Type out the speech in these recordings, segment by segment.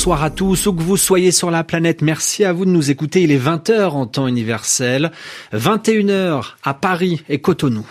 bonsoir à tous, où que vous soyez sur la planète. Merci à vous de nous écouter. Il est 20h en temps universel, 21h à Paris et Cotonou.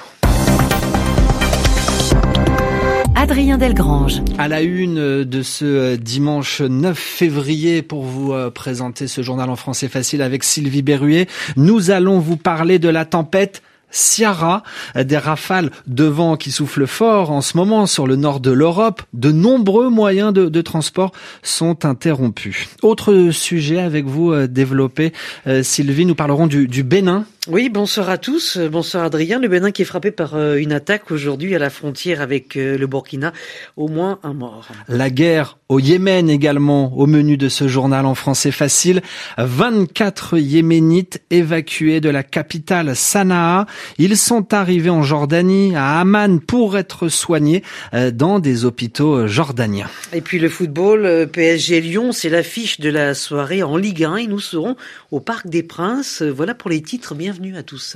Adrien Delgrange. À la une de ce dimanche 9 février, pour vous présenter ce journal en français facile avec Sylvie Berruet, nous allons vous parler de la tempête Ciara, des rafales de vent qui soufflent fort en ce moment sur le nord de l'Europe. De nombreux moyens de transport sont interrompus. Autre sujet avec vous développé, Sylvie, nous parlerons du Bénin. Oui, bonsoir à tous. Bonsoir Adrien. Le Bénin qui est frappé par une attaque aujourd'hui à la frontière avec le Burkina. Au moins un mort. La guerre au Yémen également au menu de ce journal en français facile. 24 Yéménites évacués de la capitale Sanaa. Ils sont arrivés en Jordanie, à Amman, pour être soignés dans des hôpitaux jordaniens. Et puis le football, PSG Lyon, c'est l'affiche de la soirée en Ligue 1 et nous serons au Parc des Princes. Voilà pour les titres. Bienvenue à tous.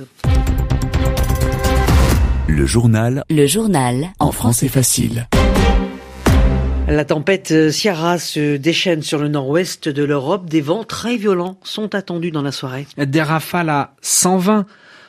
Le journal En français facile. La tempête Ciara se déchaîne sur le nord-ouest de l'Europe. Des vents très violents sont attendus dans la soirée. Des rafales à 120,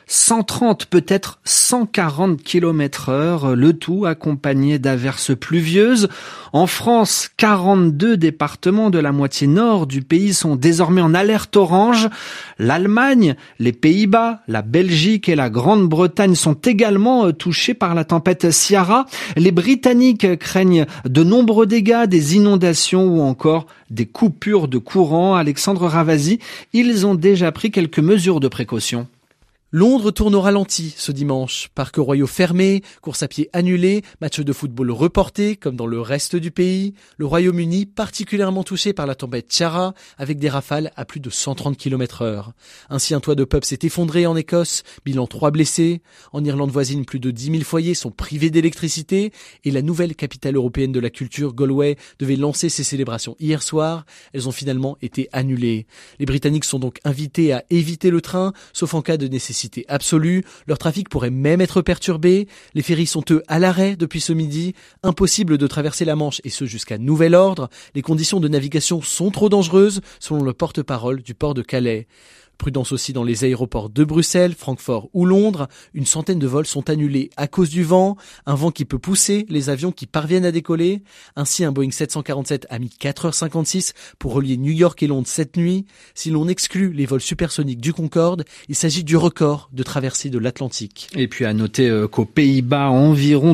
130, peut-être 140 km/h, le tout accompagné d'averses pluvieuses. En France, 42 départements de la moitié nord du pays sont désormais en alerte orange. L'Allemagne, les Pays-Bas, la Belgique et la Grande-Bretagne sont également touchés par la tempête Ciara. Les Britanniques craignent de nombreux dégâts, des inondations ou encore des coupures de courant. Alexandre Ravasi, ils ont déjà pris quelques mesures de précaution. Londres tourne au ralenti ce dimanche. Parcs royaux fermés, courses à pied annulées, matchs de football reportés comme dans le reste du pays. Le Royaume-Uni particulièrement touché par la tempête Ciara avec des rafales à plus de 130 km/h. Ainsi, un toit de pub s'est effondré en Écosse, bilan 3 blessés. En Irlande voisine, plus de 10 000 foyers sont privés d'électricité et la nouvelle capitale européenne de la culture, Galway, devait lancer ses célébrations hier soir. Elles ont finalement été annulées. Les Britanniques sont donc invités à éviter le train, sauf en cas de nécessité absolue. Leur trafic pourrait même être perturbé. Les ferries sont eux à l'arrêt depuis ce midi. Impossible de traverser la Manche et ce jusqu'à nouvel ordre. Les conditions de navigation sont trop dangereuses selon le porte-parole du port de Calais. Prudence aussi dans les aéroports de Bruxelles, Francfort ou Londres. Une centaine de vols sont annulés à cause du vent, un vent qui peut pousser les avions qui parviennent à décoller. Ainsi, un Boeing 747 a mis 4h56 pour relier New York et Londres cette nuit. Si l'on exclut les vols supersoniques du Concorde, il s'agit du record de traversée de l'Atlantique. Et puis à noter qu'aux Pays-Bas, environ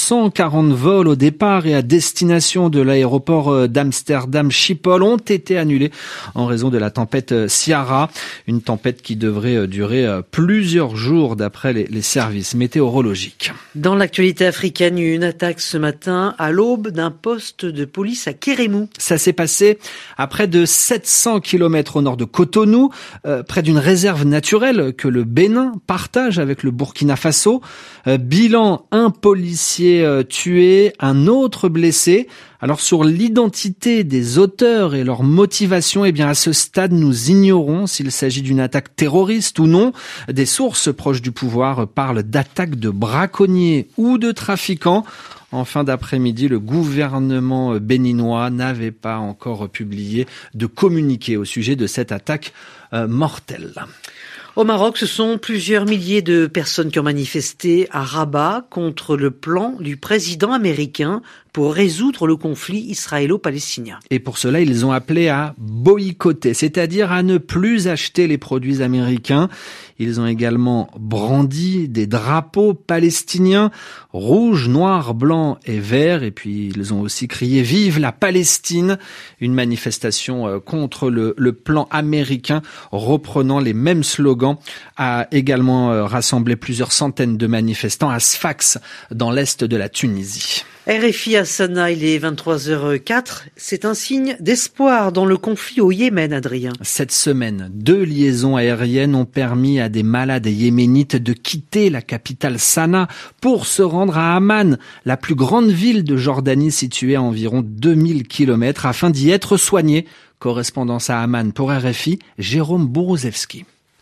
240 vols au départ et à destination de l'aéroport d'Amsterdam Schiphol ont été annulés en raison de la tempête Ciara. Une tempête qui devrait durer plusieurs jours d'après les services météorologiques. Dans l'actualité africaine, une attaque ce matin à l'aube d'un poste de police à Kérémou. Ça s'est passé à près de 700 km au nord de Cotonou, près d'une réserve naturelle que le Bénin partage avec le Burkina Faso. Bilan, un policier tué, un autre blessé. Alors sur l'identité des auteurs et leur motivation, à ce stade, nous ignorons s'il s'agit d'une attaque terroriste ou non. Des sources proches du pouvoir parlent d'attaques de braconniers ou de trafiquants. En fin d'après-midi, le gouvernement béninois n'avait pas encore publié de communiqué au sujet de cette attaque mortelle. Au Maroc, ce sont plusieurs milliers de personnes qui ont manifesté à Rabat contre le plan du président américain pour résoudre le conflit israélo-palestinien. Et pour cela, ils ont appelé à boycotter, c'est-à-dire à ne plus acheter les produits américains. Ils ont également brandi des drapeaux palestiniens, rouge, noir, blanc et vert. Et puis ils ont aussi crié « Vive la Palestine !» Une manifestation contre le plan américain, reprenant les mêmes slogans, a également rassemblé plusieurs centaines de manifestants à Sfax, dans l'est de la Tunisie. RFI à Sanaa, il est 23h04. C'est un signe d'espoir dans le conflit au Yémen, Adrien. Cette semaine, 2 liaisons aériennes ont permis à des malades yéménites de quitter la capitale Sanaa pour se rendre à Amman, la plus grande ville de Jordanie située à environ 2000 km, afin d'y être soignés. Correspondance à Amman pour RFI, Jérôme Bourozewski.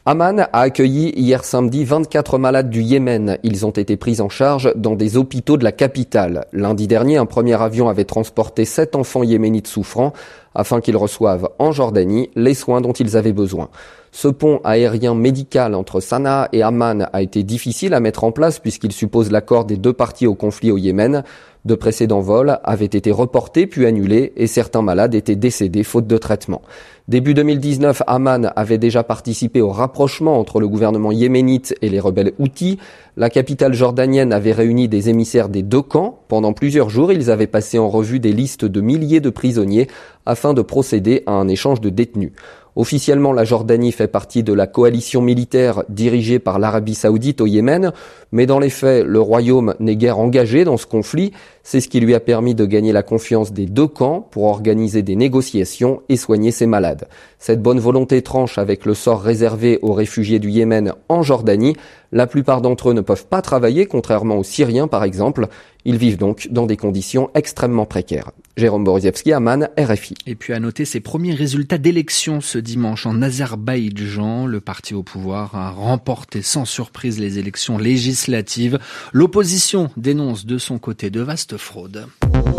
Amman a accueilli hier samedi 24 malades du Yémen. Ils ont été pris en charge dans des hôpitaux de la capitale. Lundi dernier, un premier avion avait transporté 7 enfants yéménites souffrants afin qu'ils reçoivent en Jordanie les soins dont ils avaient besoin. Ce pont aérien médical entre Sanaa et Amman a été difficile à mettre en place puisqu'il suppose l'accord des deux parties au conflit au Yémen. De précédents vols avaient été reportés puis annulés et certains malades étaient décédés faute de traitement. Début 2019, Amman avait déjà participé au rapprochement entre le gouvernement yéménite et les rebelles houthis. La capitale jordanienne avait réuni des émissaires des deux camps. Pendant plusieurs jours, ils avaient passé en revue des listes de milliers de prisonniers afin de procéder à un échange de détenus. Officiellement, la Jordanie fait partie de la coalition militaire dirigée par l'Arabie Saoudite au Yémen, mais dans les faits, le royaume n'est guère engagé dans ce conflit. C'est ce qui lui a permis de gagner la confiance des deux camps pour organiser des négociations et soigner ses malades. Cette bonne volonté tranche avec le sort réservé aux réfugiés du Yémen en Jordanie. La plupart d'entre eux ne peuvent pas travailler, contrairement aux Syriens par exemple. Ils vivent donc dans des conditions extrêmement précaires. Jérôme Boroziewski, Amman, RFI. Et puis à noter ces premiers résultats d'élection ce dimanche en Azerbaïdjan. Le parti au pouvoir a remporté sans surprise les élections législatives. L'opposition dénonce de son côté de vastes fraudes.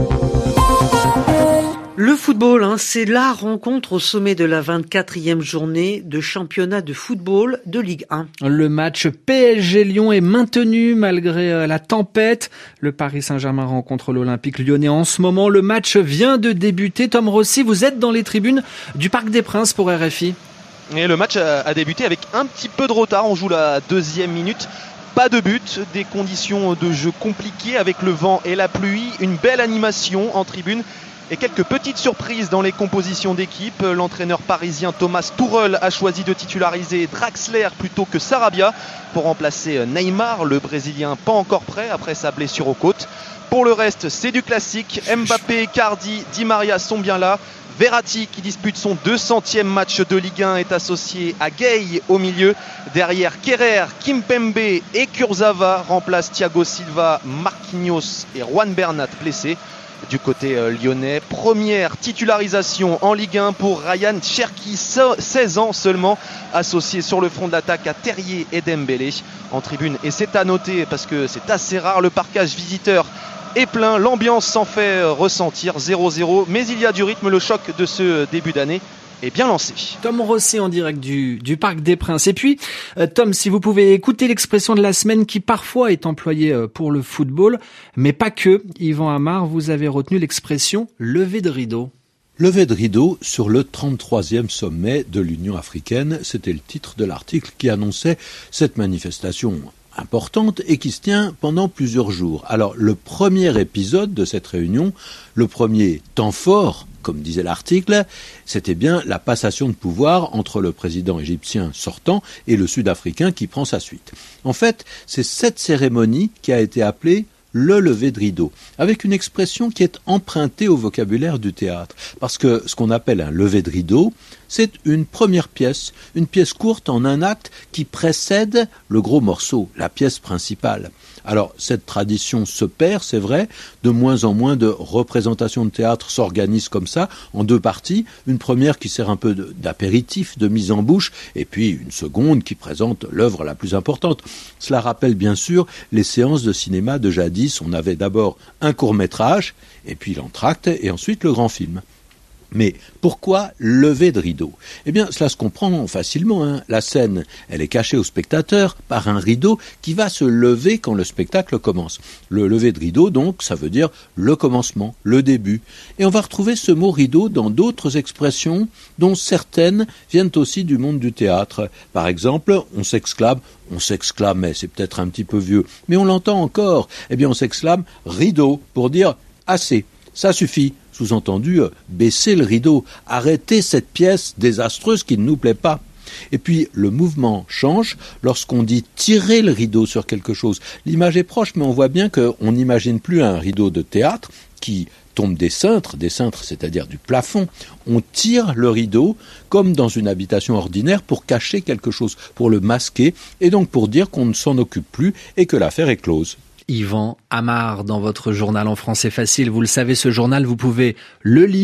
Le football, c'est la rencontre au sommet de la 24e journée de championnat de football de Ligue 1. Le match PSG-Lyon est maintenu malgré la tempête. Le Paris Saint-Germain rencontre l'Olympique Lyonnais en ce moment. Le match vient de débuter. Tom Rossi, vous êtes dans les tribunes du Parc des Princes pour RFI. Et le match a débuté avec un petit peu de retard. On joue la 2e minute. Pas de but, des conditions de jeu compliquées avec le vent et la pluie. Une belle animation en tribune. Et quelques petites surprises dans les compositions d'équipe. L'entraîneur parisien Thomas Tuchel a choisi de titulariser Draxler plutôt que Sarabia pour remplacer Neymar, le Brésilien pas encore prêt après sa blessure aux côtes. Pour le reste, c'est du classique. Mbappé, Icardi, Di Maria sont bien là. Verratti, qui dispute son 200e match de Ligue 1, est associé à Gueye au milieu. Derrière, Kerrer, Kimpembe et Kurzawa remplacent Thiago Silva, Marquinhos et Juan Bernat blessés. Du côté lyonnais, première titularisation en Ligue 1 pour Ryan Cherki, 16 ans seulement, associé sur le front de l'attaque à Terrier et Dembélé en tribune. Et c'est à noter parce que c'est assez rare, le parcage visiteur est plein, l'ambiance s'en fait ressentir, 0-0, mais il y a du rythme, le choc de ce début d'année est bien lancé. Tom Rossi en direct du Parc des Princes. Et puis, Tom, si vous pouvez écouter l'expression de la semaine qui parfois est employée pour le football, mais pas que. Yvan Amar, vous avez retenu l'expression « lever de rideau ». Levé de rideau sur le 33e sommet de l'Union africaine, c'était le titre de l'article qui annonçait cette manifestation importante et qui se tient pendant plusieurs jours. Alors, le premier épisode de cette réunion, le premier temps fort, comme disait l'article, c'était bien la passation de pouvoir entre le président égyptien sortant et le sud-africain qui prend sa suite. En fait, c'est cette cérémonie qui a été appelée le lever de rideau, avec une expression qui est empruntée au vocabulaire du théâtre. Parce que ce qu'on appelle un lever de rideau, c'est une première pièce, une pièce courte en un acte qui précède le gros morceau, la pièce principale. Alors, cette tradition se perd, c'est vrai, de moins en moins de représentations de théâtre s'organisent comme ça, en deux parties, une première qui sert un peu d'apéritif, de mise en bouche, et puis une seconde qui présente l'œuvre la plus importante. Cela rappelle bien sûr les séances de cinéma de jadis, on avait d'abord un court-métrage, et puis l'entracte, et ensuite le grand film. Mais pourquoi lever de rideau ? Eh bien, cela se comprend facilement. La scène, elle est cachée au spectateur par un rideau qui va se lever quand le spectacle commence. Le lever de rideau, donc, ça veut dire le commencement, le début. Et on va retrouver ce mot rideau dans d'autres expressions dont certaines viennent aussi du monde du théâtre. Par exemple, on s'exclamait, c'est peut-être un petit peu vieux, mais on l'entend encore. Eh bien, on s'exclame rideau pour dire assez, ça suffit. Sous-entendu, baisser le rideau, arrêter cette pièce désastreuse qui ne nous plaît pas. Et puis, le mouvement change lorsqu'on dit tirer le rideau sur quelque chose. L'image est proche, mais on voit bien qu'on n'imagine plus un rideau de théâtre qui tombe des cintres, c'est-à-dire du plafond. On tire le rideau comme dans une habitation ordinaire pour cacher quelque chose, pour le masquer, et donc pour dire qu'on ne s'en occupe plus et que l'affaire est close. Yvan Amar dans votre journal en français facile. Vous le savez, ce journal, vous pouvez le lire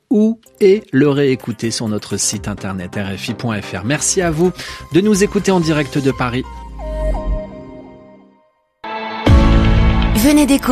ou et le réécouter sur notre site internet rfi.fr. Merci à vous de nous écouter en direct de Paris. Venez découvrir